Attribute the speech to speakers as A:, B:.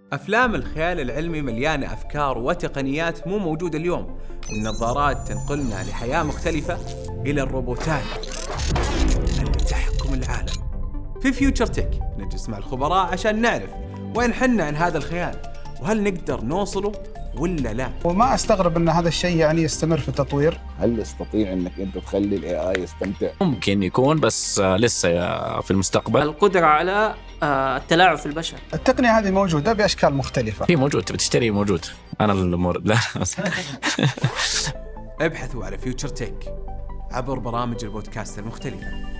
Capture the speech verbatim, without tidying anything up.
A: أفلام الخيال العلمي مليانة أفكار وتقنيات مو موجودة اليوم. النظارات تنقلنا لحياة مختلفة، إلى الروبوتات اللي تحكم العالم. في فيوتشر تك نجلس مع الخبراء عشان نعرف وين حنا عن هذا الخيال، وهل نقدر نوصله ولا لا.
B: وما أستغرب أن هذا الشيء يعني يستمر في التطوير.
C: هل يستطيع أنك أنت تخلي ال إيه آي يستمتع؟
D: ممكن يكون، بس لسه في المستقبل.
E: القدرة على التلاعب في البشر.
B: التقنية هذه موجودة بأشكال مختلفة.
D: في موجود، بتشتري موجود. أنا المورد لا.
A: ابحثوا على فيوتشر تك عبر برامج البودكاست المختلفة.